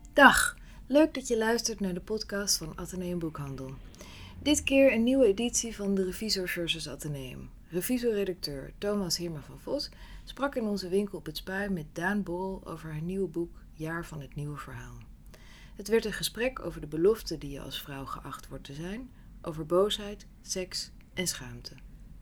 Dag, leuk dat je luistert naar de podcast van Atheneum Boekhandel. Dit keer een nieuwe editie van de Revisor versus Atheneum. Revisor-redacteur Thomas Hirma van Vos sprak in onze winkel op het Spui met Daan Borrel over haar nieuwe boek Jaar van het Nieuwe Verhaal. Het werd een gesprek over de belofte die je als vrouw geacht wordt te zijn, over boosheid, seks en schaamte.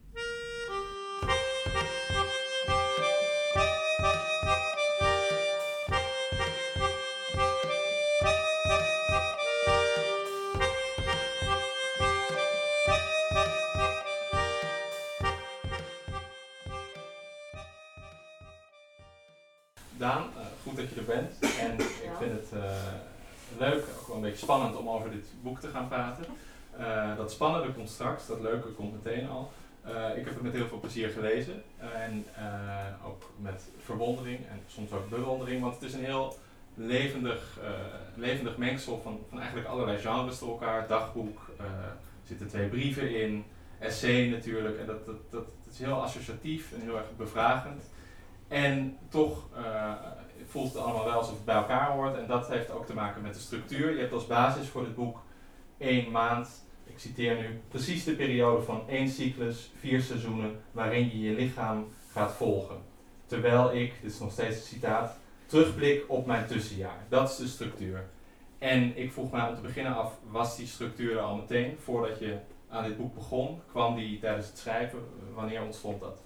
Daan, goed dat je er bent. En ik vind het leuk, ook wel een beetje spannend om over dit boek te gaan praten. Dat spannende komt straks, dat leuke komt meteen al. Ik heb het met heel veel plezier gelezen en ook met verwondering en soms ook bewondering, want het is een heel levendig mengsel van eigenlijk allerlei genres door elkaar. Dagboek, er zitten 2 brieven in, essay natuurlijk, en dat is heel associatief en heel erg bevragend. En toch voelt het allemaal wel alsof het bij elkaar hoort. En dat heeft ook te maken met de structuur. Je hebt als basis voor dit boek 1 maand, ik citeer nu, precies de periode van 1 cyclus, 4 seizoenen, waarin je je lichaam gaat volgen. Terwijl ik, dit is nog steeds een citaat, terugblik op mijn tussenjaar. Dat is de structuur. En ik vroeg me om te beginnen af, was die structuur er al meteen, voordat je aan dit boek begon? Kwam die tijdens het schrijven? Wanneer ontstond dat?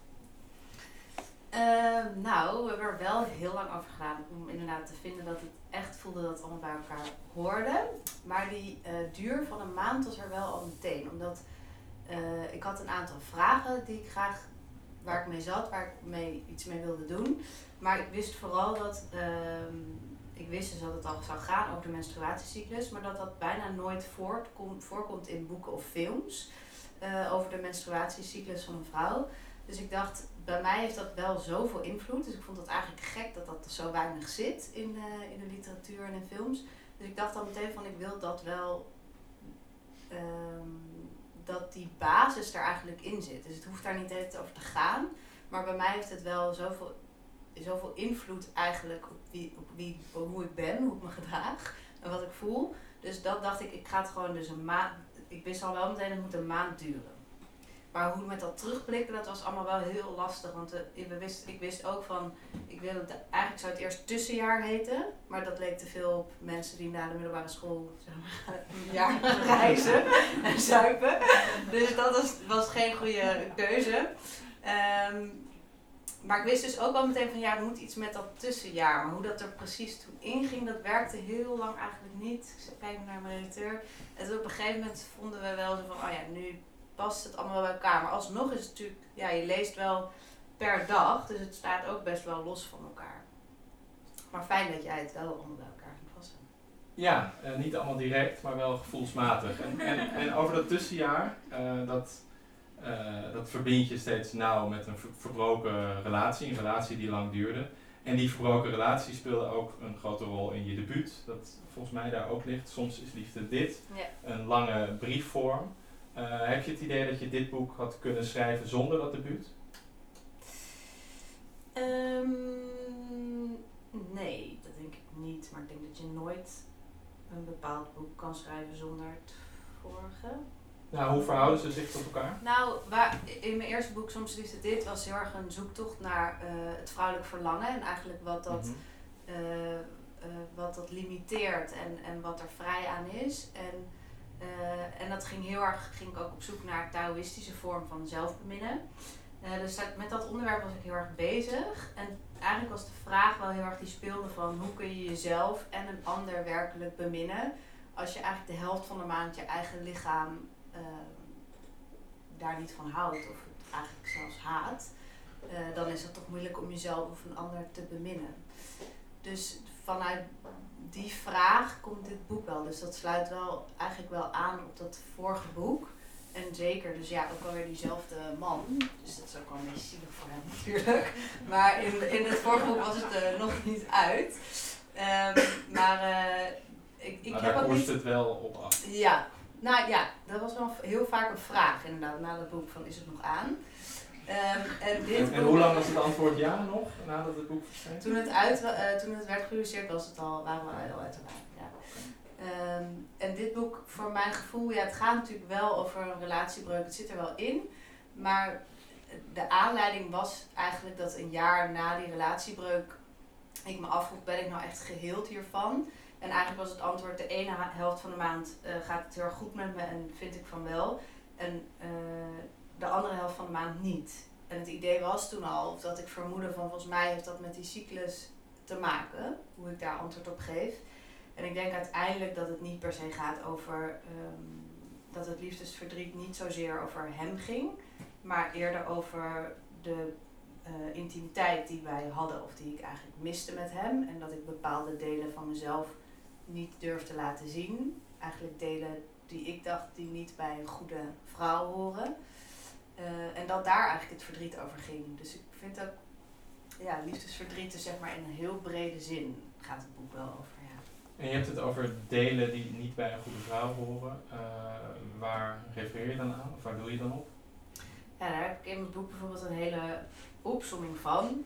We hebben er wel heel lang over gedaan om inderdaad te vinden dat het echt voelde dat het allemaal bij elkaar hoorde. Maar die duur van 1 maand was er wel al meteen. Omdat ik had een aantal vragen die ik graag, waar ik mee zat, waar ik iets mee wilde doen. Maar ik wist vooral dat, ik wist dus dat het al zou gaan over de menstruatiecyclus. Maar dat bijna nooit voorkomt in boeken of films over de menstruatiecyclus van een vrouw. Dus ik dacht, bij mij heeft dat wel zoveel invloed. Dus ik vond het eigenlijk gek dat dat zo weinig zit in de literatuur en in films. Dus ik dacht dan meteen van, ik wil dat wel, dat die basis er eigenlijk in zit. Dus het hoeft daar niet echt over te gaan. Maar bij mij heeft het wel zoveel invloed eigenlijk op hoe ik ben, hoe ik me gedraag en wat ik voel. Dus dat dacht ik ga het gewoon dus 1 maand, ik wist al wel meteen, het moet 1 maand duren. Maar hoe met dat terugblikken, dat was allemaal wel heel lastig. Want ik wist ook van, eigenlijk zou het eerst tussenjaar heten. Maar dat leek te veel op mensen die na de middelbare school een jaar gaan reizen en zuipen. Dus dat was geen goede keuze. Maar ik wist dus ook wel meteen van, er moet iets met dat tussenjaar. Maar hoe dat er precies toen inging, dat werkte heel lang eigenlijk niet. Ik kijk naar mijn redacteur. En toen op een gegeven moment vonden we wel zo van, nu past het allemaal bij elkaar. Maar alsnog is het natuurlijk, je leest wel per dag, dus het staat ook best wel los van elkaar. Maar fijn dat jij het wel allemaal bij elkaar ging passen. Ja, niet allemaal direct, maar wel gevoelsmatig. En over dat tussenjaar, dat verbind je steeds nauw met een verbroken relatie, een relatie die lang duurde. En die verbroken relatie speelde ook een grote rol in je debuut, dat volgens mij daar ook ligt. Soms is liefde dit, een lange briefvorm. Heb je het idee dat je dit boek had kunnen schrijven zonder dat debuut? Nee, dat denk ik niet. Maar ik denk dat je nooit een bepaald boek kan schrijven zonder het vorige. Nou, hoe verhouden ze zich tot elkaar? Nou, in mijn eerste boek, Soms liefde dit, was heel erg een zoektocht naar het vrouwelijk verlangen. En eigenlijk wat dat limiteert en wat er vrij aan is. En dat ging ik ook op zoek naar een Taoïstische vorm van zelfbeminnen. Dus met dat onderwerp was ik heel erg bezig. En eigenlijk was de vraag wel heel erg die speelde van, hoe kun je jezelf en een ander werkelijk beminnen als je eigenlijk de helft van de maand je eigen lichaam daar niet van houdt of het eigenlijk zelfs haat. Dan is het toch moeilijk om jezelf of een ander te beminnen. Dus vanuit die vraag komt dit boek wel. Dus dat sluit wel eigenlijk wel aan op dat vorige boek. En zeker, dus ook alweer diezelfde man. Dus dat is ook wel een beetje zielig voor hem natuurlijk. Maar in het vorige boek was het nog niet uit. Ik heb daar ook koerst niet... het wel op af. Ja, dat was wel heel vaak een vraag inderdaad na dat boek van, is het nog aan? En hoe lang was het antwoord ja nog, nadat het boek verscheen? Toen het werd gepubliceerd waren we al uit elkaar. Ja. En dit boek, voor mijn gevoel, het gaat natuurlijk wel over een relatiebreuk, het zit er wel in. Maar de aanleiding was eigenlijk dat een jaar na die relatiebreuk ik me afvroeg, ben ik nou echt geheeld hiervan? En eigenlijk was het antwoord, de ene helft van de maand gaat het heel erg goed met me en vind ik van wel. En de andere helft van de maand niet. En het idee was toen al, of dat ik vermoedde van volgens mij heeft dat met die cyclus te maken, hoe ik daar antwoord op geef. En ik denk uiteindelijk dat het niet per se gaat over, dat het liefdesverdriet niet zozeer over hem ging, maar eerder over de intimiteit die wij hadden of die ik eigenlijk miste met hem. En dat ik bepaalde delen van mezelf niet durfde laten zien. Eigenlijk delen die ik dacht die niet bij een goede vrouw horen. En dat daar eigenlijk het verdriet over ging. Dus ik vind ook, liefdesverdriet is zeg maar in een heel brede zin gaat het boek wel over. Ja. En je hebt het over delen die niet bij een goede vrouw horen. Waar refereer je dan aan? Of waar doe je dan op? Ja, daar heb ik in het boek bijvoorbeeld een hele opsomming van.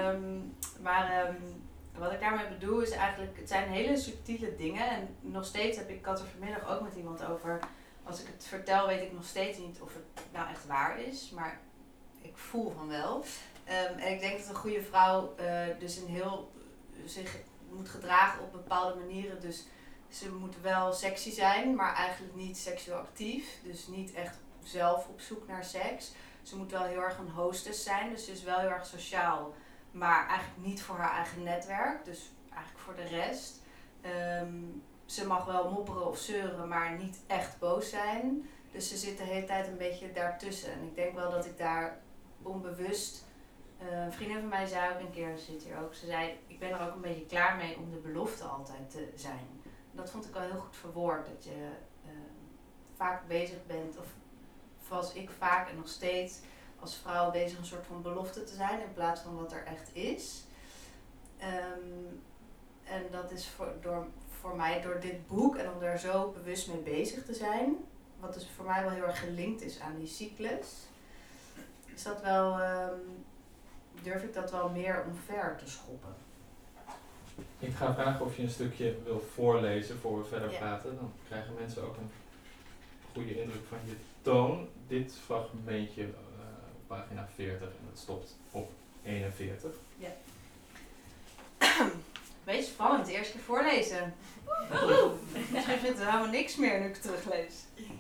Wat ik daarmee bedoel is eigenlijk, het zijn hele subtiele dingen. En nog steeds ik had er vanmiddag ook met iemand over. Als ik het vertel, weet ik nog steeds niet of het nou echt waar is. Maar ik voel van wel. En ik denk dat een goede vrouw dus zich moet gedragen op bepaalde manieren. Dus ze moet wel sexy zijn, maar eigenlijk niet seksueel actief. Dus niet echt zelf op zoek naar seks. Ze moet wel heel erg een hostess zijn, dus ze is wel heel erg sociaal. Maar eigenlijk niet voor haar eigen netwerk, dus eigenlijk voor de rest. Ze mag wel mopperen of zeuren, maar niet echt boos zijn. Dus ze zit de hele tijd een beetje daartussen. En ik denk wel dat ik daar onbewust... een vriendin van mij zei ook een keer, ze zit hier ook, ze zei, ik ben er ook een beetje klaar mee om de belofte altijd te zijn. Dat vond ik wel heel goed verwoord, dat je vaak bezig bent, of was ik vaak en nog steeds als vrouw bezig een soort van belofte te zijn in plaats van wat er echt is. En dat is voor mij door dit boek en om daar zo bewust mee bezig te zijn, wat dus voor mij wel heel erg gelinkt is aan die cyclus, is dat wel, durf ik dat wel meer omver te schoppen. Ik ga vragen of je een stukje wil voorlezen voor we verder praten. Dan krijgen mensen ook een goede indruk van je toon. Dit fragmentje op pagina 40 en het stopt op 41. Ja. Beetje spannend, de eerste keer voorlezen. Misschien vindt het helemaal niks meer nu ik het teruglees.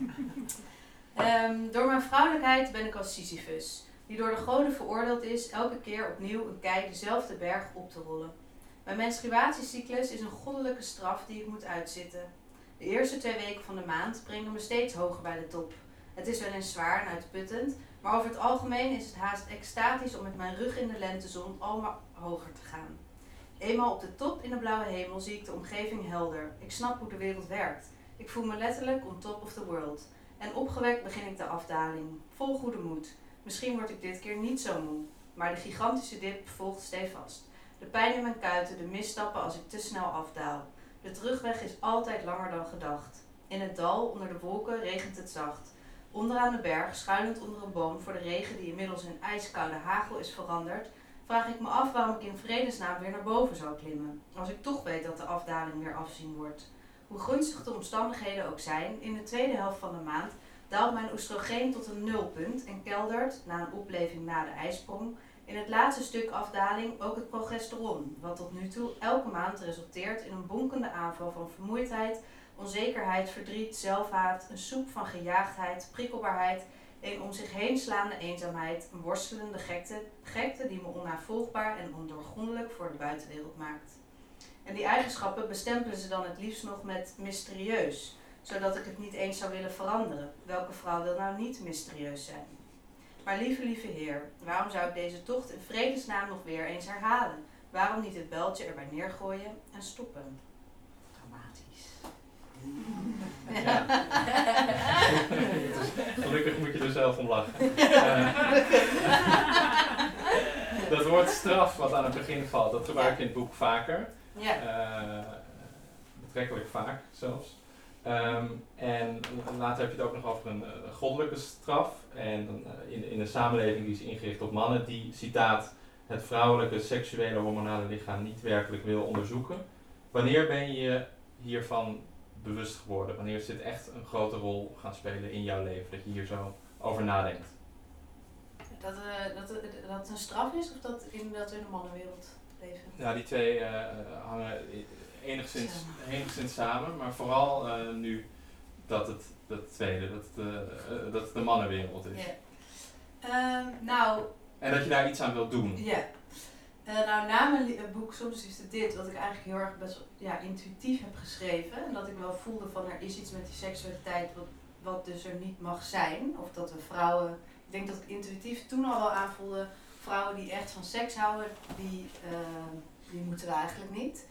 Door mijn vrouwelijkheid ben ik als Sisyphus, die door de goden veroordeeld is elke keer opnieuw een kei dezelfde berg op te rollen. Mijn menstruatiecyclus is een goddelijke straf die ik moet uitzitten. De eerste 2 weken van de maand brengen me steeds hoger bij de top. Het is wel eens zwaar en uitputtend, maar over het algemeen is het haast extatisch om met mijn rug in de lentezon al maar hoger te gaan. Eenmaal op de top in de blauwe hemel zie ik de omgeving helder. Ik snap hoe de wereld werkt. Ik voel me letterlijk on top of the world. En opgewekt begin ik de afdaling, vol goede moed. Misschien word ik dit keer niet zo moe, maar de gigantische dip volgt stevast. De pijn in mijn kuiten, de misstappen als ik te snel afdaal. De terugweg is altijd langer dan gedacht. In het dal, onder de wolken, regent het zacht. Onderaan de berg, schuilend onder een boom voor de regen die inmiddels in ijskoude hagel is veranderd, vraag ik me af waarom ik in vredesnaam weer naar boven zou klimmen, als ik toch weet dat de afdaling weer afzien wordt. Hoe gunstig de omstandigheden ook zijn, in de tweede helft van de maand daalt mijn oestrogeen tot een nulpunt en keldert, na een opleving na de ijsprong, in het laatste stuk afdaling ook het progesteron, wat tot nu toe elke maand resulteert in een bonkende aanval van vermoeidheid, onzekerheid, verdriet, zelfhaat, een soep van gejaagdheid, prikkelbaarheid, een om zich heen slaande eenzaamheid, een worstelende gekte die me onnavolgbaar en ondoorgrondelijk voor de buitenwereld maakt. En die eigenschappen bestempelen ze dan het liefst nog met mysterieus, zodat ik het niet eens zou willen veranderen. Welke vrouw wil nou niet mysterieus zijn? Maar lieve Heer, waarom zou ik deze tocht in vredesnaam nog weer eens herhalen? Waarom niet het beltje erbij neergooien en stoppen? Dramatisch. Ja. Gelukkig moet je er zelf om lachen. Dat woord straf wat aan het begin valt, dat gebruik je in het boek vaker. Ja. Betrekkelijk vaak zelfs. En later heb je het ook nog over een goddelijke straf. En dan, in een samenleving die is ingericht op mannen die, citaat, het vrouwelijke seksuele hormonale lichaam niet werkelijk wil onderzoeken. Wanneer ben je hiervan bewust geworden? Wanneer is dit echt een grote rol gaan spelen in jouw leven? Dat je hier zo over nadenkt? Dat het een straf is of dat we in de mannenwereld leven? Ja, die twee hangen enigszins samen, maar vooral nu dat het tweede, dat het de mannenwereld is. Nou... En dat je daar iets aan wilt doen. Ja. Nou, na mijn boek Soms is het dit, wat ik eigenlijk heel erg best intuïtief heb geschreven. En dat ik wel voelde van er is iets met die seksualiteit wat dus er niet mag zijn. Of dat we vrouwen, ik denk dat ik intuïtief toen al wel aanvoelde, vrouwen die echt van seks houden, die moeten we eigenlijk niet.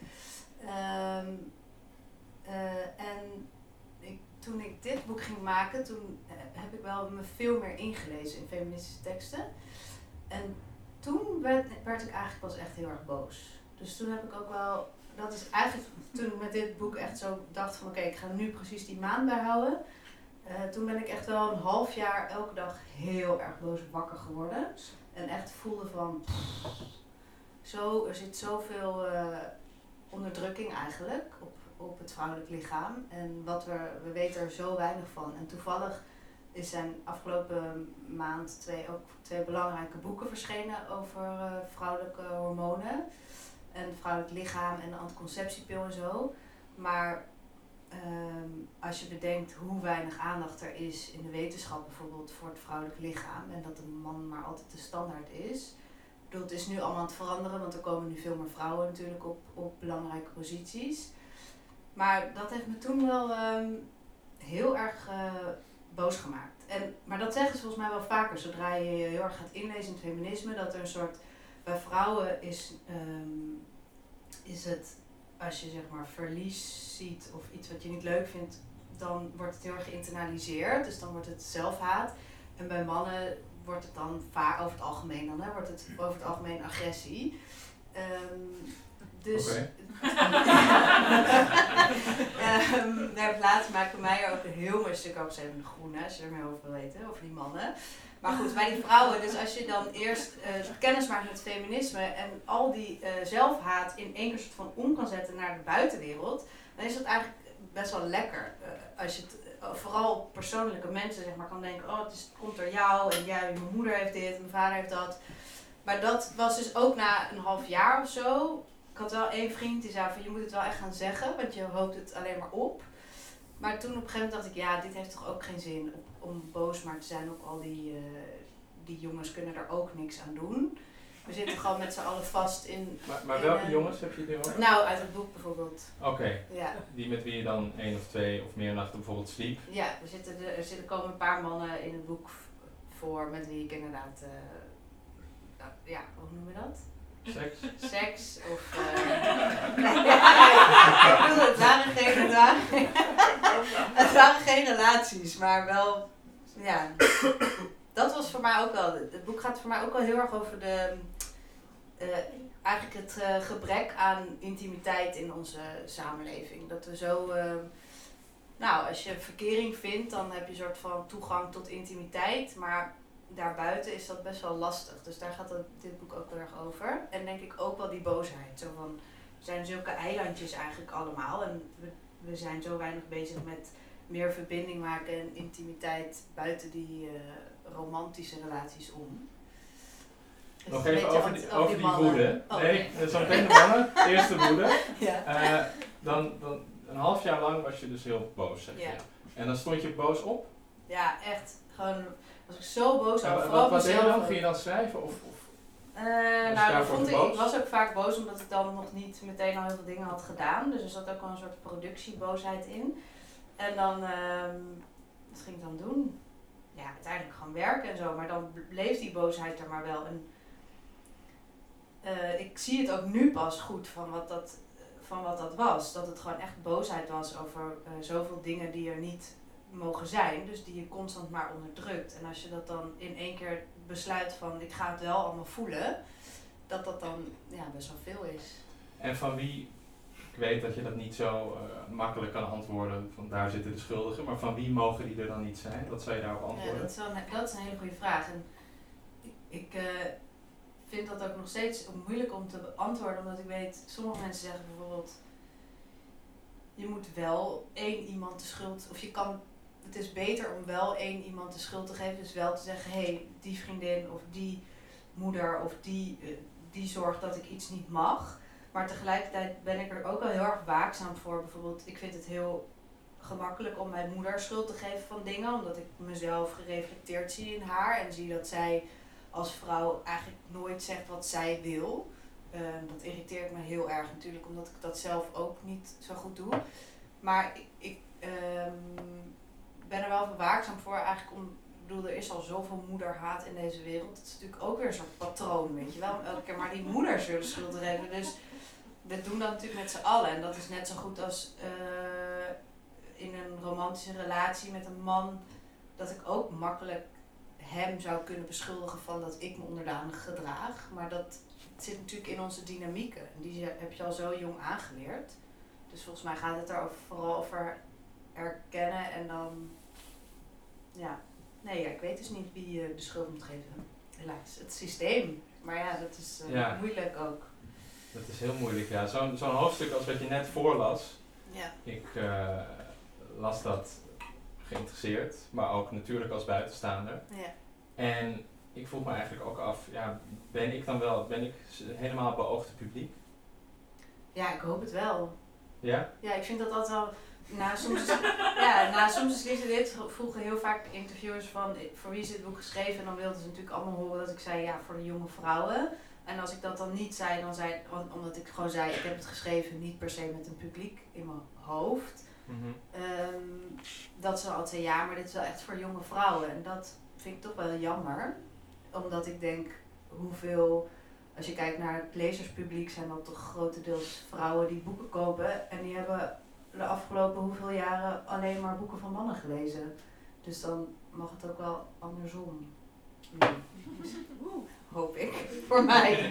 Toen ik dit boek ging maken, toen heb ik wel me veel meer ingelezen in feministische teksten. En toen werd ik eigenlijk pas echt heel erg boos. Dus toen heb ik ook wel, dat is eigenlijk toen ik met dit boek echt zo dacht van oké, ik ga nu precies die maand bijhouden. Toen ben ik echt wel een half jaar elke dag heel erg boos wakker geworden. En echt voelde van, er zit zoveel onderdrukking eigenlijk op het vrouwelijk lichaam. En we weten er zo weinig van. En toevallig zijn afgelopen maand twee belangrijke boeken verschenen over vrouwelijke hormonen. En het vrouwelijk lichaam en de anticonceptiepil en zo. Maar als je bedenkt hoe weinig aandacht er is in de wetenschap bijvoorbeeld voor het vrouwelijk lichaam. En dat een man maar altijd de standaard is. Ik bedoel, het is nu allemaal aan het veranderen, want er komen nu veel meer vrouwen natuurlijk op belangrijke posities. Maar dat heeft me toen wel heel erg boos gemaakt. Maar dat zeggen ze volgens mij wel vaker, zodra je je heel erg gaat inlezen in het feminisme, dat er een soort, bij vrouwen is het, als je zeg maar verlies ziet of iets wat je niet leuk vindt, dan wordt het heel erg geïnternaliseerd, dus dan wordt het zelfhaat. En bij mannen wordt het dan vaak, over het algemeen dan, wordt het over het algemeen agressie. Dus okay. Laatst maakte Meijer ook een heel mooi stuk over zijn groene, als je er meer over wil weten, over die mannen. Maar goed, bij die vrouwen, dus als je dan eerst kennis maakt met het feminisme en al die zelfhaat in één keer soort van om kan zetten naar de buitenwereld, dan is dat eigenlijk best wel lekker. Als je het vooral persoonlijke mensen zeg maar kan denken, oh het komt door jou en jij, mijn moeder heeft dit, mijn vader heeft dat. Maar dat was dus ook na een half jaar of zo. Ik had wel één vriend die zei van je moet het wel echt gaan zeggen, want je hoopt het alleen maar op. Maar toen op een gegeven moment dacht ik, ja, dit heeft toch ook geen zin om boos maar te zijn op al die jongens kunnen er ook niks aan doen. We zitten gewoon met z'n allen vast in... Maar welke jongens heb je het over? Nou, uit het boek bijvoorbeeld. Oké. Ja. Die met wie je dan 1 of 2 of meer nachten bijvoorbeeld sliep? Ja, er komen een paar mannen in het boek voor met wie ik inderdaad... hoe noemen we dat? Seks of... het waren geen relaties, maar wel... Ja, dat was voor mij ook wel... Het boek gaat voor mij ook wel heel erg over eigenlijk het gebrek aan intimiteit in onze samenleving. Dat we zo... als je verkering vindt, dan heb je een soort van toegang tot intimiteit, maar... Daarbuiten is dat best wel lastig. Dus daar gaat dit boek ook heel erg over. En denk ik ook wel die boosheid. Zo van, we zijn zulke eilandjes eigenlijk allemaal. En we zijn zo weinig bezig met meer verbinding maken en intimiteit buiten die romantische relaties om. Dus nog even over die woede. Oh, nee, zo meteen de mannen. Eerste woede. Ja. Dan een half jaar lang was je dus heel boos, zeg je. Ja. En dan stond je boos op? Ja, echt. Gewoon... was ik zo boos over. Wat deed je dan? Ging je dan schrijven? Ik was ook vaak boos omdat ik dan nog niet meteen al heel veel dingen had gedaan. Dus er zat ook wel een soort productieboosheid in. En dan, wat ging ik dan doen? Ja, uiteindelijk gewoon werken en zo. Maar dan bleef die boosheid er maar wel. En ik zie het ook nu pas goed van wat dat was. Dat het gewoon echt boosheid was over zoveel dingen die er niet... mogen zijn, dus die je constant maar onderdrukt. En als je dat dan in één keer besluit van ik ga het wel allemaal voelen, dat dan best wel veel is. En van wie ik weet dat je dat niet zo makkelijk kan antwoorden, van daar zitten de schuldigen, maar van wie mogen die er dan niet zijn? Wat zou je daarop antwoorden? Ja, dat is een hele goede vraag. En ik vind dat ook nog steeds moeilijk om te beantwoorden, omdat ik weet, sommige mensen zeggen bijvoorbeeld, je moet wel één iemand de schuld, of het is beter om wel één iemand de schuld te geven, dus wel te zeggen, hé, die vriendin of die moeder of die zorgt dat ik iets niet mag. Maar tegelijkertijd ben ik er ook wel heel erg waakzaam voor. Bijvoorbeeld, ik vind het heel gemakkelijk om mijn moeder schuld te geven van dingen, omdat ik mezelf gereflecteerd zie in haar en zie dat zij als vrouw eigenlijk nooit zegt wat zij wil. Dat irriteert me heel erg natuurlijk, omdat ik dat zelf ook niet zo goed doe. Maar ik ben er wel waakzaam voor eigenlijk ik bedoel, er is al zoveel moederhaat in deze wereld. Het is natuurlijk ook weer een soort patroon, weet je wel. Om elke keer maar die moeder zullen schuld geven. Dus we doen dat natuurlijk met z'n allen. En dat is net zo goed als in een romantische relatie met een man, dat ik ook makkelijk hem zou kunnen beschuldigen van dat ik me onderdanig gedraag. Maar dat zit natuurlijk in onze dynamieken. En die heb je al zo jong aangeleerd. Dus volgens mij gaat het er vooral over erkennen en dan, ik weet dus niet wie je de schuld moet geven. Helaas, het systeem. Maar ja, dat is moeilijk ook. Dat is heel moeilijk, ja. Zo'n hoofdstuk als wat je net voorlas. Ja. Ik las dat geïnteresseerd, maar ook natuurlijk als buitenstaander. Ja. En ik vroeg me eigenlijk ook af, ben ik helemaal beoogde publiek? Ja, ik hoop het wel. Ja? Ja, ik vind dat altijd wel. Soms is Lise dit vroegen heel vaak interviewers van voor wie is dit boek geschreven en dan wilden ze natuurlijk allemaal horen dat ik zei voor de jonge vrouwen. En als ik dat dan niet zei, omdat ik gewoon zei ik heb het geschreven niet per se met een publiek in mijn hoofd. Mm-hmm. Dat ze altijd zei maar dit is wel echt voor jonge vrouwen en dat vind ik toch wel jammer. Omdat ik denk als je kijkt naar het lezerspubliek zijn dat toch grotendeels vrouwen die boeken kopen en die hebben de afgelopen hoeveel jaren alleen maar boeken van mannen gelezen. Dus dan mag het ook wel andersom. Hoop ik. Voor mij.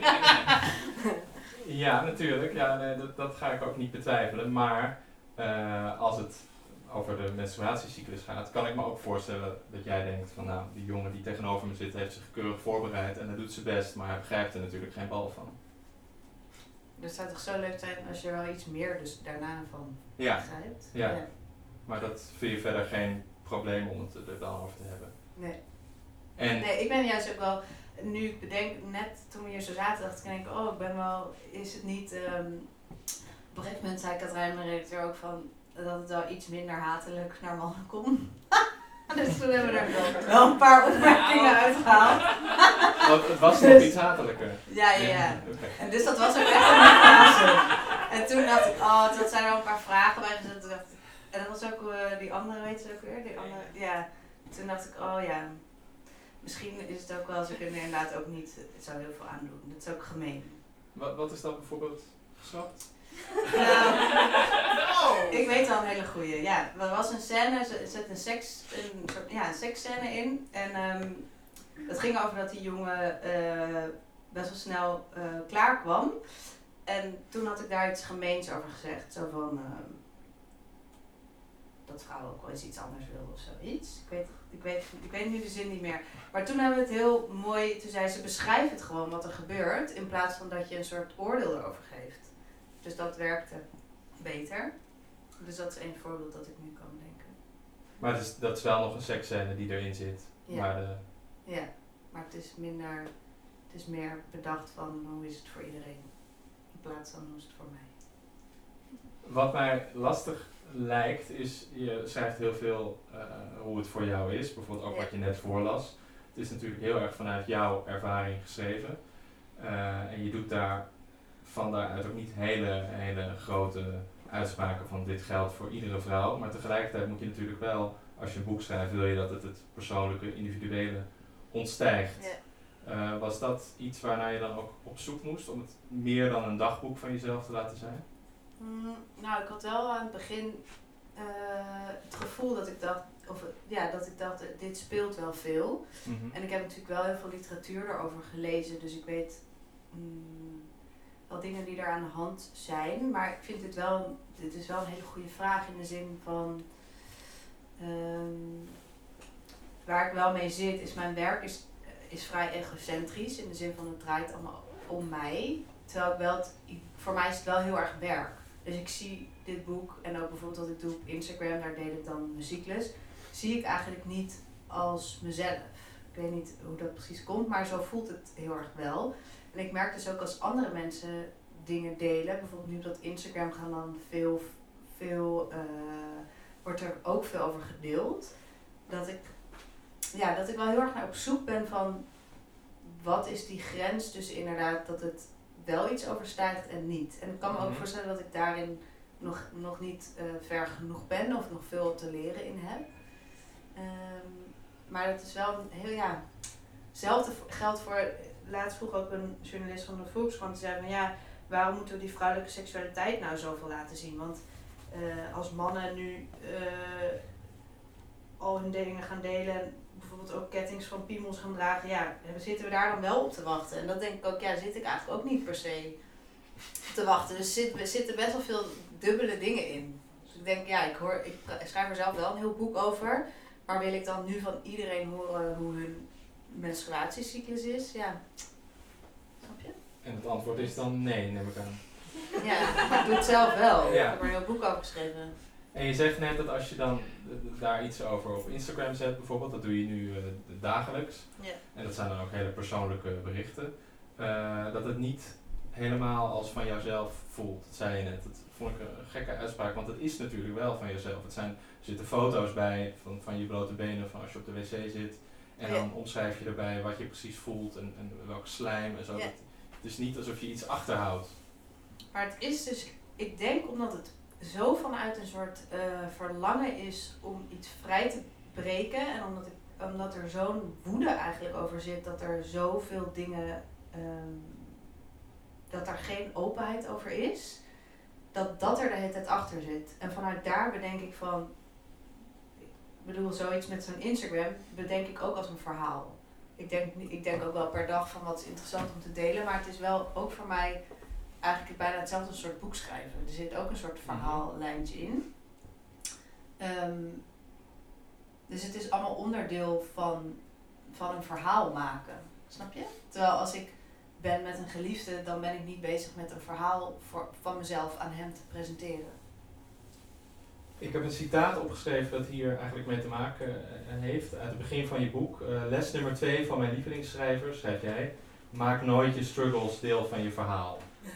Ja, natuurlijk. Ja, nee, dat ga ik ook niet betwijfelen. Maar als het over de menstruatiecyclus gaat, kan ik me ook voorstellen dat jij denkt van die jongen die tegenover me zit heeft zich keurig voorbereid en hij doet zijn best, maar hij begrijpt er natuurlijk geen bal van. Dus het zou toch zo leuk zijn als je er wel iets meer dus daarna van begrijpt? Ja, maar dat vind je verder geen probleem om het er dan over te hebben? Nee. Nee, ik ben juist ook wel, nu ik bedenk, net toen we hier zo zaten, dacht ik ik ben wel, is het niet, op een gegeven moment zei Katrijn, mijn redacteur, ook van, dat het wel iets minder hatelijk naar mannen komt. Dus toen hebben we er wel een paar opmerkingen uitgehaald. Het was nog iets hatelijker. Ja. Okay. En dus dat was ook echt een fase. En toen dacht ik, toen zijn er wel een paar vragen bij gezet. En dat was ook die andere, weet je ook weer? Die andere, ja. Toen dacht ik, misschien is het ook wel, ze kunnen inderdaad ook niet zo heel veel aandoen. Dat is ook gemeen. Wat is dat bijvoorbeeld geschrapt? Ik weet wel een hele goeie. Ja, er was een scène, er zit een seksscène in. En het ging over dat die jongen best wel snel klaar kwam. En toen had ik daar iets gemeens over gezegd. Zo van dat vrouwen ook wel eens iets anders wilden of zoiets. Ik weet nu de zin niet meer. Maar toen hebben we het heel mooi, toen zei ze beschrijf het gewoon wat er gebeurt. In plaats van dat je een soort oordeel erover geeft. Dus dat werkte beter. Dus dat is één voorbeeld dat ik nu kan denken. Maar dat is wel nog een seksscène die erin zit. Ja. Maar het is meer bedacht van hoe is het voor iedereen. In plaats van hoe is het voor mij. Wat mij lastig lijkt is, je schrijft heel veel hoe het voor jou is. Bijvoorbeeld ook wat je net voorlas. Het is natuurlijk heel erg vanuit jouw ervaring geschreven. En je doet van daaruit ook niet hele grote uitspraken van dit geldt voor iedere vrouw. Maar tegelijkertijd moet je natuurlijk wel, als je een boek schrijft, wil je dat het persoonlijke, individuele ontstijgt. Ja. Was dat iets waarnaar je dan ook op zoek moest om het meer dan een dagboek van jezelf te laten zijn? Ik had wel aan het begin het gevoel dat ik dacht, dit speelt wel veel. Mm-hmm. En ik heb natuurlijk wel heel veel literatuur erover gelezen, dus ik weet wel dingen die daar aan de hand zijn. Maar ik vind dit is wel een hele goede vraag in de zin van... waar ik wel mee zit, is mijn werk is vrij egocentrisch. In de zin van het draait allemaal om mij. Terwijl voor mij is het wel heel erg werk. Dus ik zie dit boek en ook bijvoorbeeld wat ik doe op Instagram, daar deel ik dan mijn cyclus. Zie ik eigenlijk niet als mezelf. Ik weet niet hoe dat precies komt, maar zo voelt het heel erg wel. En ik merk dus ook als andere mensen dingen delen, bijvoorbeeld nu op dat Instagram gaan dan wordt er ook veel over gedeeld. Dat ik wel heel erg naar op zoek ben van wat is die grens tussen inderdaad dat het wel iets overstijgt en niet. En ik kan me ook voorstellen dat ik daarin nog niet ver genoeg ben of nog veel te leren in heb. Maar dat is wel heel hetzelfde geldt voor, laatst vroeg ook een journalist van de Volkskrant, die zei van waarom moeten we die vrouwelijke seksualiteit nou zoveel laten zien? Want als mannen nu al hun dingen gaan delen en bijvoorbeeld ook kettings van piemels gaan dragen, zitten we daar dan wel op te wachten? En dat denk ik ook, zit ik eigenlijk ook niet per se te wachten. Dus er zitten best wel veel dubbele dingen in. Dus ik denk, ik schrijf er zelf wel een heel boek over, maar wil ik dan nu van iedereen horen hoe hun menstruatiecyclus is? Ja. Snap je? En het antwoord is dan nee, neem ik aan. Ja, maar ik doe het zelf wel. Ja. Ik heb er een heel boek over geschreven. En je zegt net dat als je dan daar iets over op Instagram zet bijvoorbeeld, dat doe je nu dagelijks. Ja. En dat zijn dan ook hele persoonlijke berichten. Dat het niet helemaal als van jouzelf voelt. Dat zei je net. Dat vond ik een gekke uitspraak, want het is natuurlijk wel van jezelf. Er zitten foto's bij van je blote benen van als je op de wc zit. En dan omschrijf je erbij wat je precies voelt en welke slijm en zo. Ja. Het is niet alsof je iets achterhoudt. Maar het is dus, ik denk omdat het zo vanuit een soort verlangen is om iets vrij te breken. En omdat er zo'n woede eigenlijk over zit, dat er zoveel dingen, dat er geen openheid over is. Dat er de hele tijd achter zit. En vanuit daar bedenk ik van, ik bedoel zoiets met zo'n Instagram, bedenk ik ook als een verhaal. Ik denk ook wel per dag van wat is interessant om te delen, maar het is wel ook voor mij eigenlijk bijna hetzelfde als een soort boek schrijven. Er zit ook een soort verhaallijntje in. Dus het is allemaal onderdeel van een verhaal maken. Snap je? Terwijl als ik ben met een geliefde, dan ben ik niet bezig met een verhaal van mezelf aan hem te presenteren. Ik heb een citaat opgeschreven dat hier eigenlijk mee te maken heeft. Uit het begin van je boek. Les nummer 2 van mijn lievelingsschrijver, schrijf jij. Maak nooit je struggles deel van je verhaal.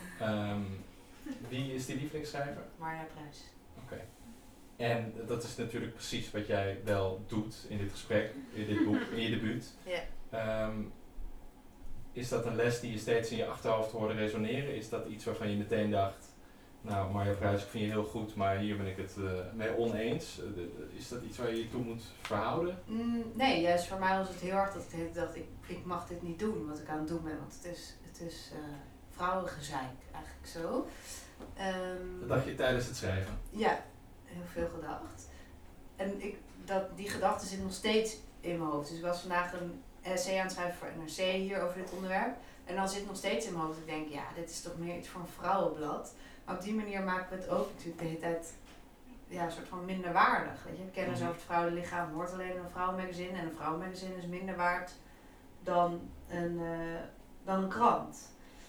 Wie is die lievelingsschrijver? Marja Pruis. Oké. En dat is natuurlijk precies wat jij wel doet in dit gesprek, in dit boek, in je debuut. Yeah. Is dat een les die je steeds in je achterhoofd hoorde resoneren? Is dat iets waarvan je meteen dacht, nou Marja Pruis, ik vind je heel goed, maar hier ben ik het mee oneens? Is dat iets waar je je toe moet verhouden? Nee, juist voor mij was het heel erg dat ik dacht, ik mag dit niet doen wat ik aan het doen ben, want het is vrouwengezeik eigenlijk zo. Dat dacht je tijdens het schrijven? Ja, heel veel gedacht. En die gedachte zit nog steeds in mijn hoofd. Dus ik was vandaag een essay aan het schrijven voor NRC hier over dit onderwerp. En dan zit het nog steeds in mijn hoofd. Ik denk, dit is toch meer iets voor een vrouwenblad. Maar op die manier maken we het ook natuurlijk de hele tijd een soort van minderwaardig. Weet je? Kennis over het vrouwelijk lichaam hoort alleen in een vrouwenmagazine. En een vrouwenmagazine is minder waard dan een krant.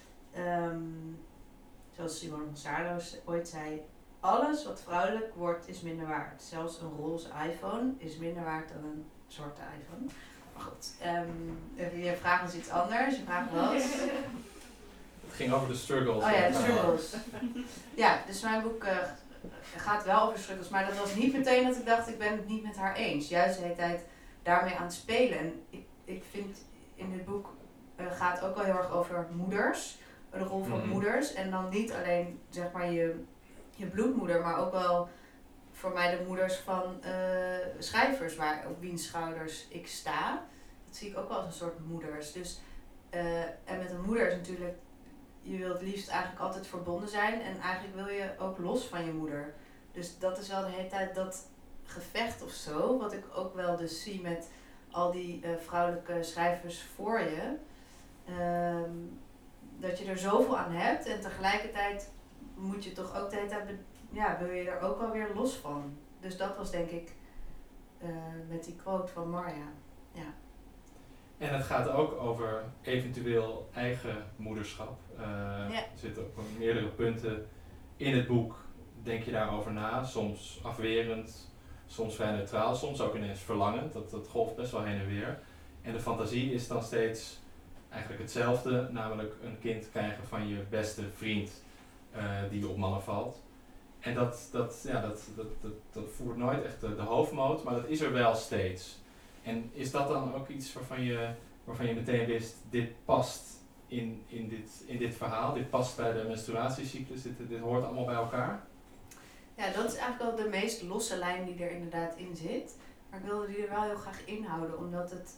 Zoals Simone van Saarlo ooit zei, alles wat vrouwelijk wordt is minder waard. Zelfs een roze iPhone is minder waard dan een zwarte iPhone. Maar goed, je vraagt ons iets anders. Je vraagt was. Het ging over de struggles. Oh ja, de struggles. Ja, dus mijn boek gaat wel over struggles. Maar dat was niet meteen dat ik dacht, ik ben het niet met haar eens. Juist de hele tijd daarmee aan het spelen. En ik vind in dit boek gaat ook wel heel erg over moeders. De rol van moeders. En dan niet alleen zeg maar je bloedmoeder, maar ook wel voor mij de moeders van schrijvers op wiens schouders ik sta. Dat zie ik ook wel als een soort moeders. Dus, en met een moeder is natuurlijk, je wilt het liefst eigenlijk altijd verbonden zijn en eigenlijk wil je ook los van je moeder. Dus dat is wel de hele tijd dat gevecht of zo, wat ik ook wel dus zie met al die vrouwelijke schrijvers voor je. dat je er zoveel aan hebt en tegelijkertijd moet je toch ook de hele tijd, wil je er ook wel weer los van. Dus dat was denk ik met die quote van Marja. Ja. En het gaat ook over eventueel eigen moederschap. Er zitten ook meerdere punten in het boek. Denk je daarover na, soms afwerend, soms vrij neutraal, soms ook ineens verlangend. Dat golft best wel heen en weer. En de fantasie is dan steeds eigenlijk hetzelfde, namelijk een kind krijgen van je beste vriend die op mannen valt. En dat voert nooit echt de hoofdmoot, maar dat is er wel steeds. En is dat dan ook iets waarvan je meteen wist, dit past in dit verhaal, dit past bij de menstruatiecyclus, dit hoort allemaal bij elkaar? Ja, dat is eigenlijk wel de meest losse lijn die er inderdaad in zit. Maar ik wilde die er wel heel graag inhouden, omdat het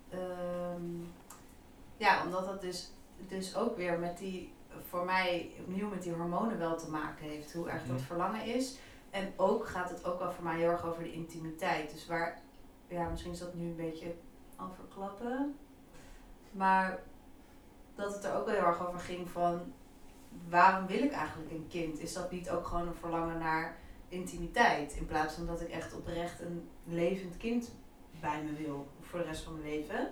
omdat dat dus ook weer met die, voor mij opnieuw met die hormonen wel te maken heeft, hoe erg dat verlangen is. En ook gaat het ook wel voor mij heel erg over de intimiteit. Dus misschien is dat nu een beetje al verklappen. Maar dat het er ook wel heel erg over ging van, waarom wil ik eigenlijk een kind? Is dat niet ook gewoon een verlangen naar intimiteit? In plaats van dat ik echt oprecht een levend kind bij me wil voor de rest van mijn leven.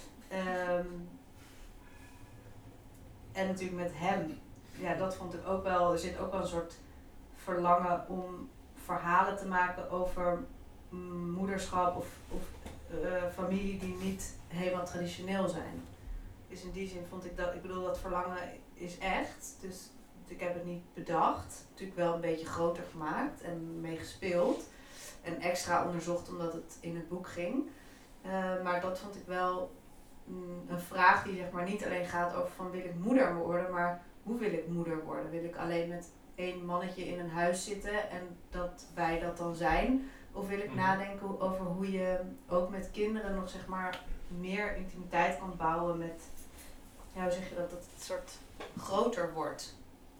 En natuurlijk met hem. Ja, dat vond ik ook wel. Er zit ook wel een soort verlangen om verhalen te maken over moederschap of familie die niet helemaal traditioneel zijn. Dus in die zin vond ik dat, dat verlangen is echt. Dus ik heb het niet bedacht. Natuurlijk wel een beetje groter gemaakt en mee gespeeld. En extra onderzocht omdat het in het boek ging. Maar dat vond ik wel een vraag die zeg maar niet alleen gaat over van wil ik moeder worden, maar hoe wil ik moeder worden? Wil ik alleen met één mannetje in een huis zitten en dat wij dat dan zijn? Of wil ik nadenken over hoe je ook met kinderen nog zeg maar meer intimiteit kan bouwen met, hoe zeg je dat het soort groter wordt.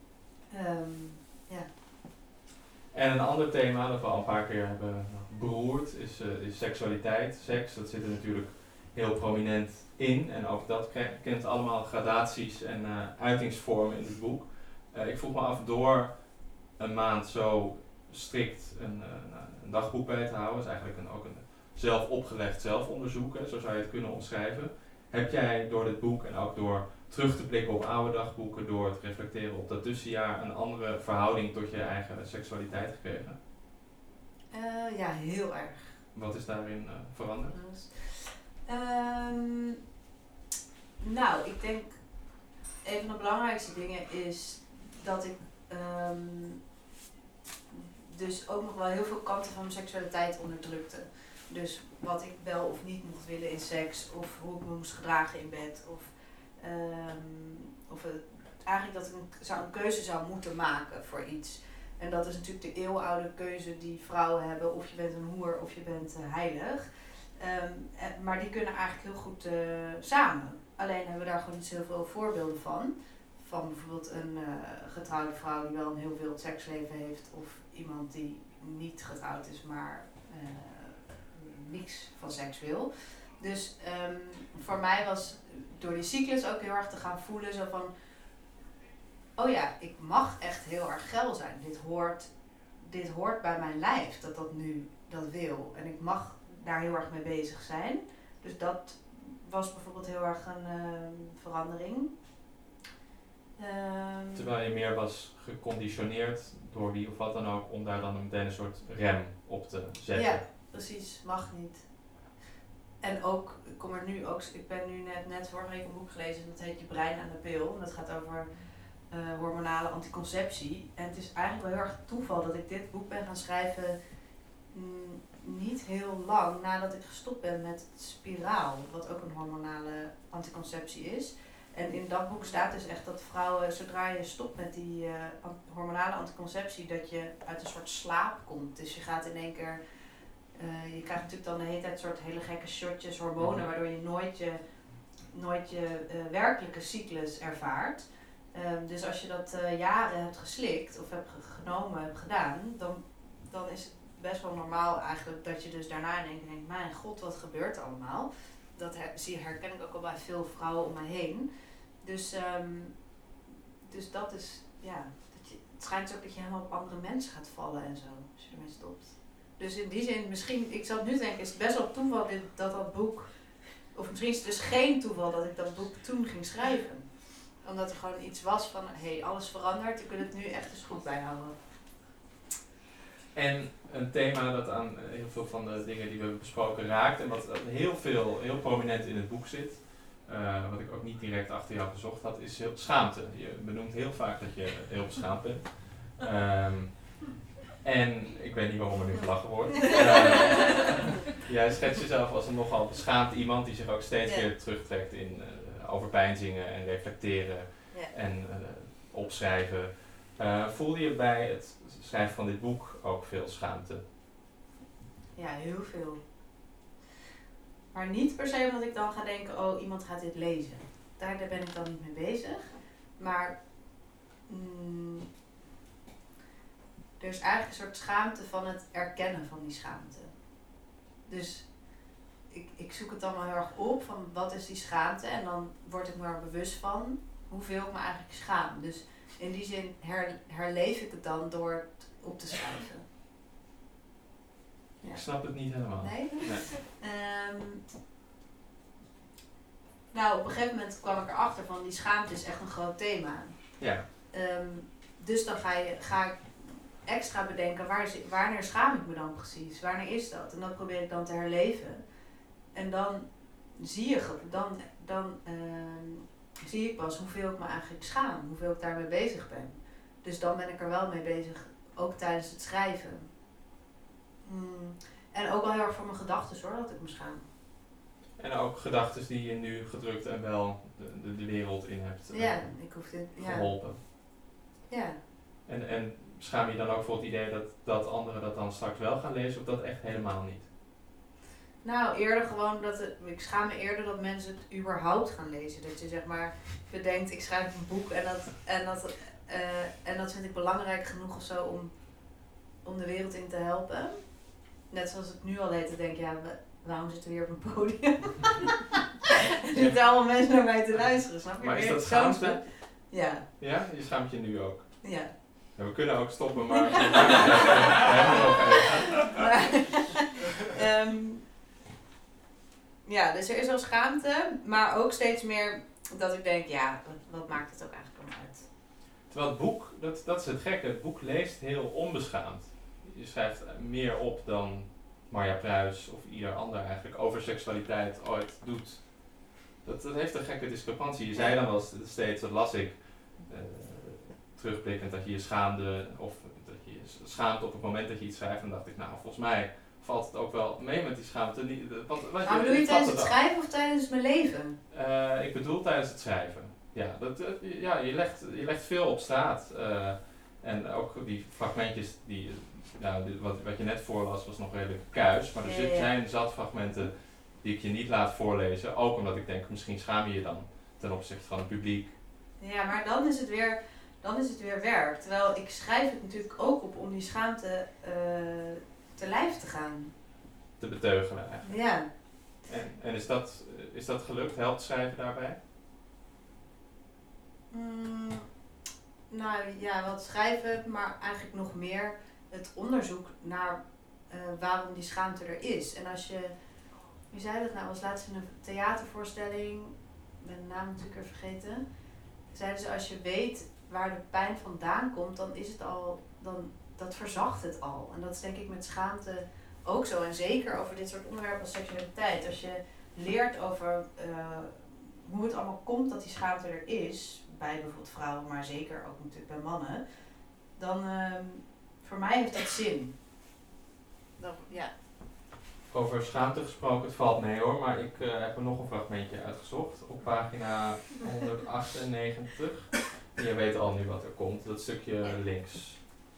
En een ander thema dat we al een paar keer hebben beroerd is seksualiteit. Seks, dat zit er natuurlijk heel prominent in. En ook dat kent allemaal gradaties en uitingsvormen in het boek. Ik vroeg me af, door een maand zo strikt een dagboek bij te houden, is eigenlijk ook een zelf opgelegd zelfonderzoek, zo zou je het kunnen omschrijven. Heb jij door dit boek en ook door terug te blikken op oude dagboeken, door het reflecteren op dat tussenjaar, een andere verhouding tot je eigen seksualiteit gekregen? Ja, heel erg. Wat is daarin veranderd? Ik denk een van de belangrijkste dingen is dat ik dus ook nog wel heel veel kanten van mijn seksualiteit onderdrukte. Dus wat ik wel of niet mocht willen in seks, of hoe ik me moest gedragen in bed, eigenlijk dat ik een keuze zou moeten maken voor iets. En dat is natuurlijk de eeuwenoude keuze die vrouwen hebben, of je bent een hoer of je bent heilig. Maar die kunnen eigenlijk heel goed samen. Alleen hebben we daar gewoon niet zoveel voorbeelden van. Van bijvoorbeeld een getrouwde vrouw die wel een heel wild seksleven heeft, of iemand die niet getrouwd is, maar niks van seks wil. Dus voor mij was door die cyclus ook heel erg te gaan voelen zo van, oh ja, ik mag echt heel erg geil zijn. Dit hoort bij mijn lijf, dat nu dat wil. En ik mag daar heel erg mee bezig zijn. Dus dat was bijvoorbeeld heel erg een verandering. Terwijl je meer was geconditioneerd door wie of wat dan ook, om daar dan meteen een soort rem op te zetten. Ja, precies. Mag niet. En ook, ik ben nu net vorige week een boek gelezen, dat heet Je brein aan de pil. En dat gaat over hormonale anticonceptie. En het is eigenlijk wel heel erg toeval dat ik dit boek ben gaan schrijven niet heel lang nadat ik gestopt ben met het spiraal, wat ook een hormonale anticonceptie is. En in dat boek staat dus echt dat vrouwen, zodra je stopt met die hormonale anticonceptie, dat je uit een soort slaap komt. Dus je gaat in één keer, je krijgt natuurlijk dan de hele tijd soort hele gekke shotjes hormonen, waardoor je nooit je werkelijke cyclus ervaart. Dus als je dat jaren hebt geslikt of hebt gedaan, dan is het best wel normaal eigenlijk dat je dus daarna in één keer denkt, mijn god, wat gebeurt er allemaal? Dat herken ik ook al bij veel vrouwen om mij heen. Dus Dus dat is, het schijnt ook dat je helemaal op andere mensen gaat vallen en zo, als je ermee stopt. Dus in die zin, misschien, ik zat nu te denken, is het best wel toeval dat boek, of misschien is het dus geen toeval dat ik dat boek toen ging schrijven. Omdat er gewoon iets was van, alles verandert, ik wil het nu echt eens goed bijhouden. En een thema dat aan heel veel van de dingen die we hebben besproken raakt en wat heel prominent in het boek zit, wat ik ook niet direct achter jou gezocht had, is schaamte. Je benoemt heel vaak dat je heel beschaamd bent. En ik weet niet waarom er nu gelachen wordt. Jij schetst jezelf als een nogal beschaamd iemand die zich ook steeds weer terugtrekt in overpeinzingen en reflecteren en opschrijven. Voelde je bij het schrijven van dit boek ook veel schaamte? Ja, heel veel. Maar niet per se omdat ik dan ga denken, iemand gaat dit lezen. Daar ben ik dan niet mee bezig. Maar er is eigenlijk een soort schaamte van het erkennen van die schaamte. Dus ik zoek het dan wel heel erg op van wat is die schaamte en dan word ik me er bewust van hoeveel ik me eigenlijk schaam. Dus in die zin herleef ik het dan door het op te schrijven. Ja. Ik snap het niet helemaal. Nee? Nou, op een gegeven moment kwam ik erachter van die schaamte is echt een groot thema. Ja. Dus dan ga ik extra bedenken, wanneer schaam ik me dan precies? Wanneer is dat? En dat probeer ik dan te herleven. En dan zie ik pas hoeveel ik me eigenlijk schaam, hoeveel ik daarmee bezig ben. Dus dan ben ik er wel mee bezig, ook tijdens het schrijven. En ook wel heel erg voor mijn gedachten hoor, dat ik me schaam. En ook gedachten die je nu gedrukt en wel de wereld in hebt geholpen. Ja. En schaam je dan ook voor het idee dat anderen dat dan straks wel gaan lezen of dat echt helemaal niet? Nou, eerder gewoon ik schaam me eerder dat mensen het überhaupt gaan lezen. Dat je zeg maar bedenkt, ik schrijf een boek en dat vind ik belangrijk genoeg of zo om de wereld in te helpen. Net zoals het nu al heet, te denken, waarom zitten we hier op een podium? Er zitten allemaal mensen naar mij te luisteren, snap je? Maar is dat schaamte? Ja. Ja? Je schaamt je nu ook? Ja. We kunnen ook stoppen, maar... Dus er is wel schaamte, maar ook steeds meer dat ik denk, wat maakt het ook eigenlijk allemaal uit? Terwijl het boek, dat is het gekke, het boek leest heel onbeschaamd. Je schrijft meer op dan Marja Pruis of ieder ander eigenlijk over seksualiteit ooit doet. Dat heeft een gekke discrepantie. Je zei dan wel steeds, dat las ik, terugblikkend, dat je je schaamde of dat je je schaamt op het moment dat je iets schrijft. En dacht ik, volgens mij valt het ook wel mee met die schaamte. Maar bedoel je tijdens het schrijven of tijdens mijn leven? Ik bedoel tijdens het schrijven. Ja, je legt veel op straat. En ook die fragmentjes, wat je net voorlas was nog redelijk kuis. Maar er zijn zat fragmenten die ik je niet laat voorlezen. Ook omdat ik denk, misschien schaam je je dan ten opzichte van het publiek. Ja, maar dan is het weer werk. Terwijl ik schrijf het natuurlijk ook op om die schaamte te lijf te gaan. Te beteugelen eigenlijk. Ja. En is dat gelukt? Helpt schrijven daarbij? Wat schrijven, maar eigenlijk nog meer het onderzoek naar waarom die schaamte er is. En als je, wie zei dat nou, was laatst in een theatervoorstelling, ik ben de naam natuurlijk weer vergeten, zeiden ze als je weet waar de pijn vandaan komt, dan is het al, dat verzacht het al. En dat is denk ik met schaamte ook zo. En zeker over dit soort onderwerpen als seksualiteit. Als je leert over hoe het allemaal komt dat die schaamte er is, bij bijvoorbeeld vrouwen, maar zeker ook natuurlijk bij mannen, dan voor mij heeft dat zin. Over schaamte gesproken, het valt mee hoor, maar ik heb er nog een fragmentje uitgezocht op pagina 198. En je weet al nu wat er komt, dat stukje links.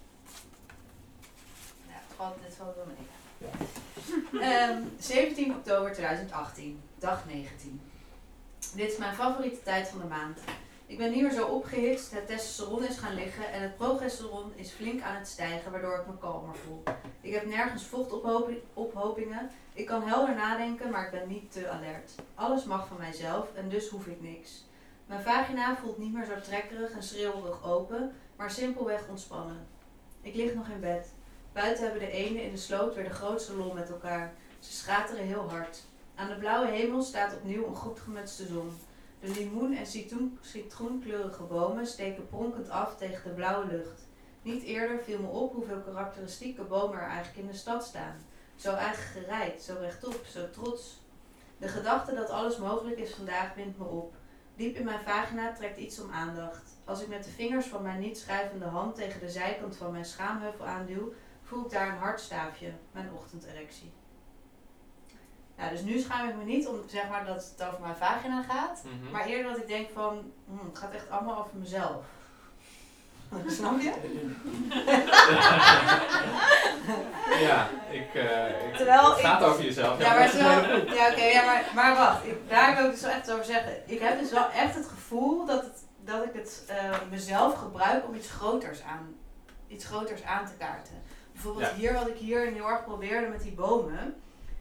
Dit valt wel mee. 17 oktober 2018, dag 19. Dit is mijn favoriete tijd van de maand. Ik ben hier zo opgehitst, het testosteron is gaan liggen en het progesteron is flink aan het stijgen, waardoor ik me kalmer voel. Ik heb nergens vochtophopingen, ik kan helder nadenken, maar ik ben niet te alert. Alles mag van mijzelf en dus hoef ik niks. Mijn vagina voelt niet meer zo trekkerig en schreeuwerig open, maar simpelweg ontspannen. Ik lig nog in bed. Buiten hebben de eenden in de sloot weer de grootste lol met elkaar. Ze schateren heel hard. Aan de blauwe hemel staat opnieuw een goed gemutste zon. De limoen- en citroenkleurige bomen steken pronkend af tegen de blauwe lucht. Niet eerder viel me op hoeveel karakteristieke bomen er eigenlijk in de stad staan. Zo eigen gereid, zo rechtop, zo trots. De gedachte dat alles mogelijk is vandaag wint me op. Diep in mijn vagina trekt iets om aandacht. Als ik met de vingers van mijn niet schuivende hand tegen de zijkant van mijn schaamheuvel aanduw, voel ik daar een hartstaafje, mijn ochtenderectie. Ja, dus nu schaam ik me niet om zeg maar, dat het over mijn vagina gaat, maar eerder dat ik denk van, het gaat echt allemaal over mezelf. Snap je? Ja, Terwijl het gaat over jezelf. Maar wacht, daar wil ik dus wel echt over zeggen. Ik heb dus wel echt het gevoel dat ik het mezelf gebruik om iets groters aan te kaarten. Bijvoorbeeld hier, wat ik hier heel erg probeerde met die bomen.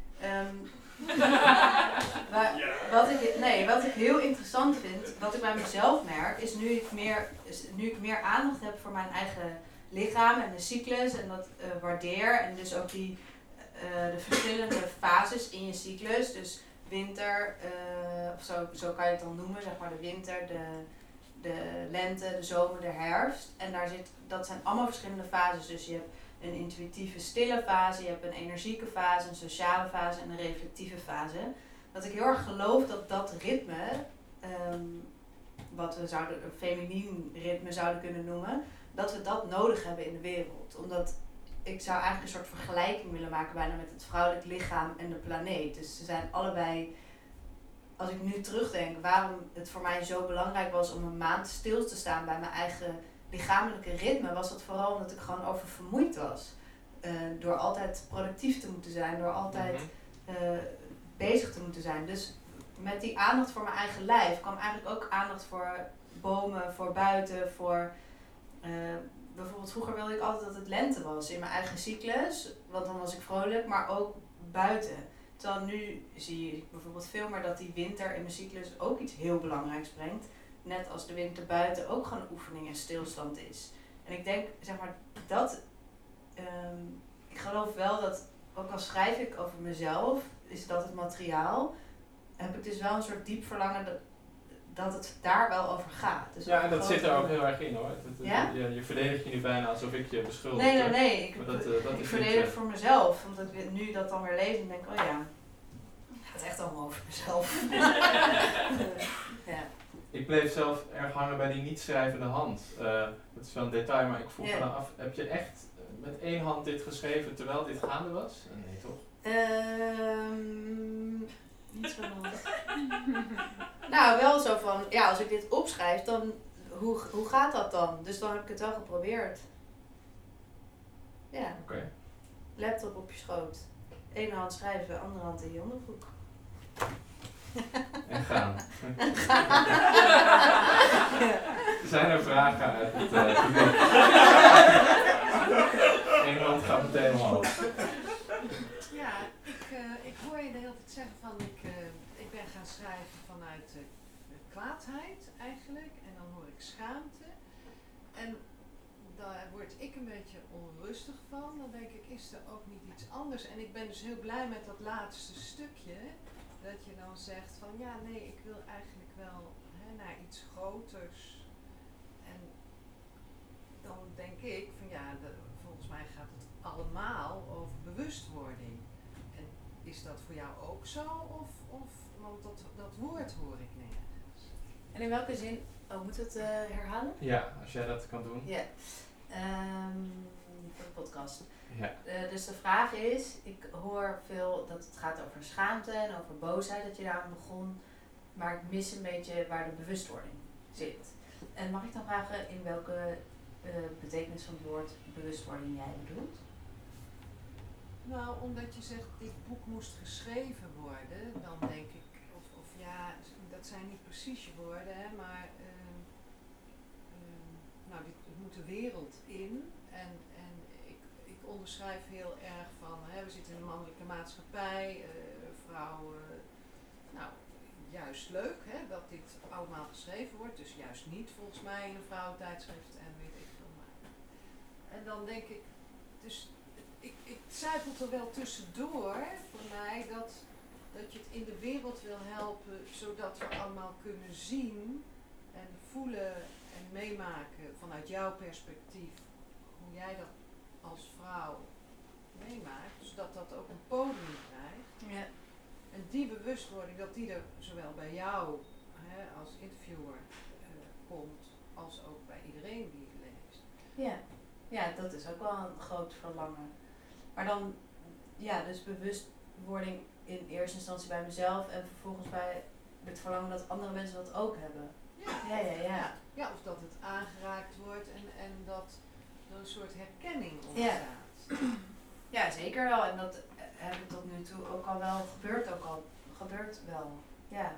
Wat ik heel interessant vind, wat ik bij mezelf merk, is nu ik meer aandacht heb voor mijn eigen lichaam en de cyclus en dat waardeer. En dus ook de verschillende fases in je cyclus. Dus winter, of zo kan je het dan noemen, zeg maar de winter, de lente, de zomer, de herfst. En dat zijn allemaal verschillende fases. Dus je hebt een intuïtieve stille fase, je hebt een energieke fase, een sociale fase en een reflectieve fase. Dat ik heel erg geloof dat ritme, wat we een feminien ritme zouden kunnen noemen, dat we dat nodig hebben in de wereld. Omdat ik zou eigenlijk een soort vergelijking willen maken bijna met het vrouwelijk lichaam en de planeet. Dus ze zijn allebei, als ik nu terugdenk, waarom het voor mij zo belangrijk was om een maand stil te staan bij mijn eigen lichamelijke ritme, was dat vooral omdat ik gewoon oververmoeid was. Door altijd productief te moeten zijn, door altijd bezig te moeten zijn. Dus met die aandacht voor mijn eigen lijf kwam eigenlijk ook aandacht voor bomen, voor buiten, voor bijvoorbeeld vroeger wilde ik altijd dat het lente was in mijn eigen cyclus, want dan was ik vrolijk, maar ook buiten. Terwijl nu zie ik bijvoorbeeld veel meer dat die winter in mijn cyclus ook iets heel belangrijks brengt. Net als de winter buiten ook gewoon oefening en stilstand is. En ik denk, zeg maar, ik geloof wel dat, ook al schrijf ik over mezelf, is dat het materiaal, heb ik dus wel een soort diep verlangen dat het daar wel over gaat. Dus ja, en dat zit er ook heel erg in hoor. Je verdedigt je nu bijna alsof ik je beschuldig. Nee. Ik verdedig voor mezelf. Omdat ik nu dat dan weer lees en denk, oh ja, het gaat echt allemaal over mezelf. Ja. Ik bleef zelf erg hangen bij die niet schrijvende hand. Dat is wel een detail, maar ik vroeg me dan af, heb je echt met één hand dit geschreven terwijl dit gaande was? Nee, toch? Niet zo handig. Nou, wel zo van, ja, als ik dit opschrijf, dan hoe gaat dat dan? Dus dan heb ik het wel geprobeerd. Ja. Oké. Laptop op je schoot. Ene hand schrijven, andere hand in je onderbroek. En gaan. Zijn er vragen uit het publiek? Eén hand gaat meteen omhoog. Ja, ik hoor je de hele tijd zeggen van ik ben gaan schrijven vanuit kwaadheid eigenlijk. En dan hoor ik schaamte. En daar word ik een beetje onrustig van. Dan denk ik, is er ook niet iets anders? En ik ben dus heel blij met dat laatste stukje. Dat je dan zegt van ja, nee, ik wil eigenlijk wel naar iets groters. En dan denk ik van ja, volgens mij gaat het allemaal over bewustwording. En is dat voor jou ook zo? Want dat woord hoor ik nergens. En in welke zin, moet het herhalen? Ja, als jij dat kan doen. Ja, voor de podcast. Ja. Dus de vraag is, ik hoor veel dat het gaat over schaamte en over boosheid, dat je daar aan begon. Maar ik mis een beetje waar de bewustwording zit. En mag ik dan vragen in welke betekenis van het woord bewustwording jij bedoelt? Nou, omdat je zegt, dit boek moest geschreven worden, dan denk ik, of ja, dat zijn niet precies je woorden, hè, maar dit moet de wereld in. En ik onderschrijf heel erg van, we zitten in een mannelijke maatschappij, vrouwen, nou, juist leuk, dat dit allemaal geschreven wordt. Dus juist niet volgens mij in een vrouwentijdschrift en weet ik veel maar. En dan denk ik, dus ik zijpelt er wel tussendoor voor mij dat je het in de wereld wil helpen, zodat we allemaal kunnen zien en voelen en meemaken vanuit jouw perspectief hoe jij dat als vrouw meemaakt, zodat dat ook een podium krijgt. Ja. En die bewustwording, dat die er zowel bij jou als interviewer komt, als ook bij iedereen die het leest. Ja, dat is ook wel een groot verlangen. Maar dan, ja, dus bewustwording in eerste instantie bij mezelf en vervolgens bij het verlangen dat andere mensen dat ook hebben. Ja. Ja, of dat het aangeraakt wordt en dat er een soort herkenning ontstaat. Ja, zeker wel. En dat heb ik tot nu toe ook al wel gebeurt wel. Ja.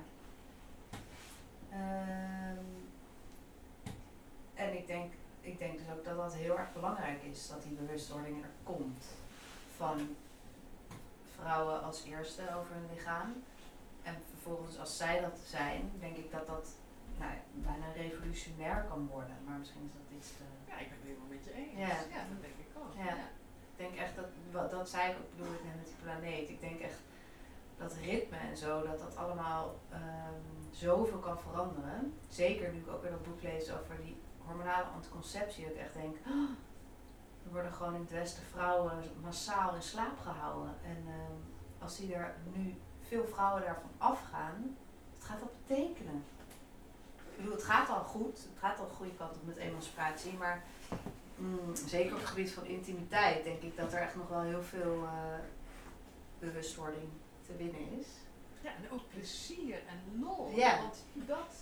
En ik denk dus ook dat dat heel erg belangrijk is, dat die bewustwording er komt. Van vrouwen als eerste over hun lichaam. En vervolgens als zij dat zijn, denk ik dat dat bijna revolutionair kan worden. Maar misschien is dat iets te... Ja, ik ben het helemaal met je eens. Ja. Ja, dat denk ik ook. Ja. Ik denk echt dat zei ik, bedoel ik net met die planeet. Ik denk echt dat ritme en zo, dat allemaal zoveel kan veranderen. Zeker nu ik ook weer dat boek lees over die hormonale anticonceptie. Dat ik echt denk, er worden gewoon in het Westen vrouwen massaal in slaap gehouden. En als die er nu veel vrouwen daarvan afgaan, wat gaat dat betekenen? Ik bedoel, het gaat al goed. Het gaat al de goede kant op met emancipatie. Maar zeker op het gebied van intimiteit denk ik dat er echt nog wel heel veel bewustwording te winnen is. Ja, en ook plezier en lol. Ja. Want dat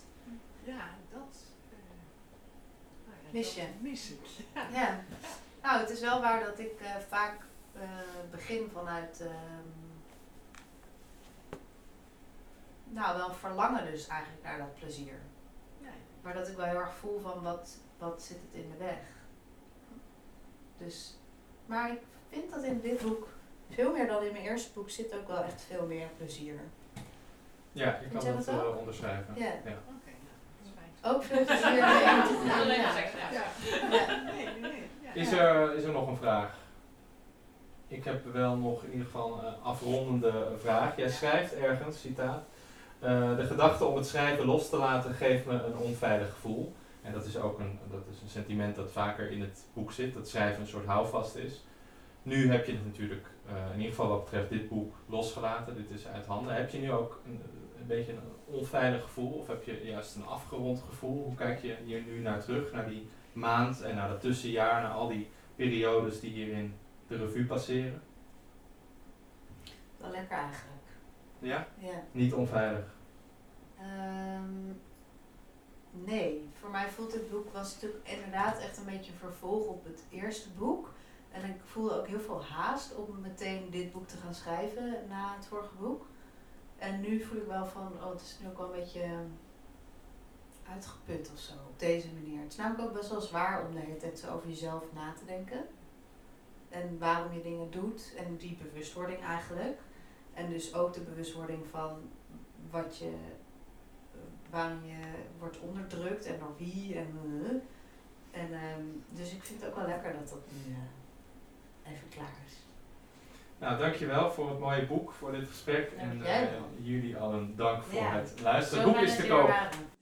mis je. Mis ik. Ja. Nou, het is wel waar dat ik vaak begin vanuit wel een verlangen dus eigenlijk naar dat plezier. Ja. Maar dat ik wel heel erg voel van wat zit het in de weg. Dus, maar ik vind dat in dit boek, veel meer dan in mijn eerste boek, zit ook wel echt veel meer plezier. Ja, ik kan Vind jij dat dat ook? onderschrijven. Ja. Oké, nou, dat is fijn. Ook veel plezier. Nee. Ja. Is er nog een vraag? Ik heb wel nog in ieder geval een afrondende vraag. Jij schrijft ergens, citaat. De gedachte om het schrijven los te laten geeft me een onveilig gevoel. En dat is ook een sentiment dat vaker in het boek zit, dat schrijven een soort houvast is. Nu heb je het natuurlijk, in ieder geval wat betreft dit boek, losgelaten. Dit is uit handen. Heb je nu ook een beetje een onveilig gevoel of heb je juist een afgerond gevoel? Hoe kijk je hier nu naar terug, naar die maand en naar dat tussenjaar, naar al die periodes die hierin de revue passeren? Wel lekker eigenlijk. Ja? Ja. Niet onveilig? Nee, voor mij voelt dit boek was natuurlijk inderdaad echt een beetje een vervolg op het eerste boek. En ik voelde ook heel veel haast om meteen dit boek te gaan schrijven na het vorige boek. En nu voel ik wel van, het is nu ook wel een beetje uitgeput of zo, op deze manier. Het is namelijk ook best wel zwaar om de hele tijd zo over jezelf na te denken. En waarom je dingen doet en die bewustwording eigenlijk. En dus ook de bewustwording van waarom je wordt onderdrukt en door wie dus ik vind het ook wel lekker dat dat nu even klaar is. Nou, dankjewel voor het mooie boek, voor dit gesprek. Dank En jij wel. jullie allen dank voor Ja. het luisteren. Zo Het boek fijn is dat te jullie er koop waren.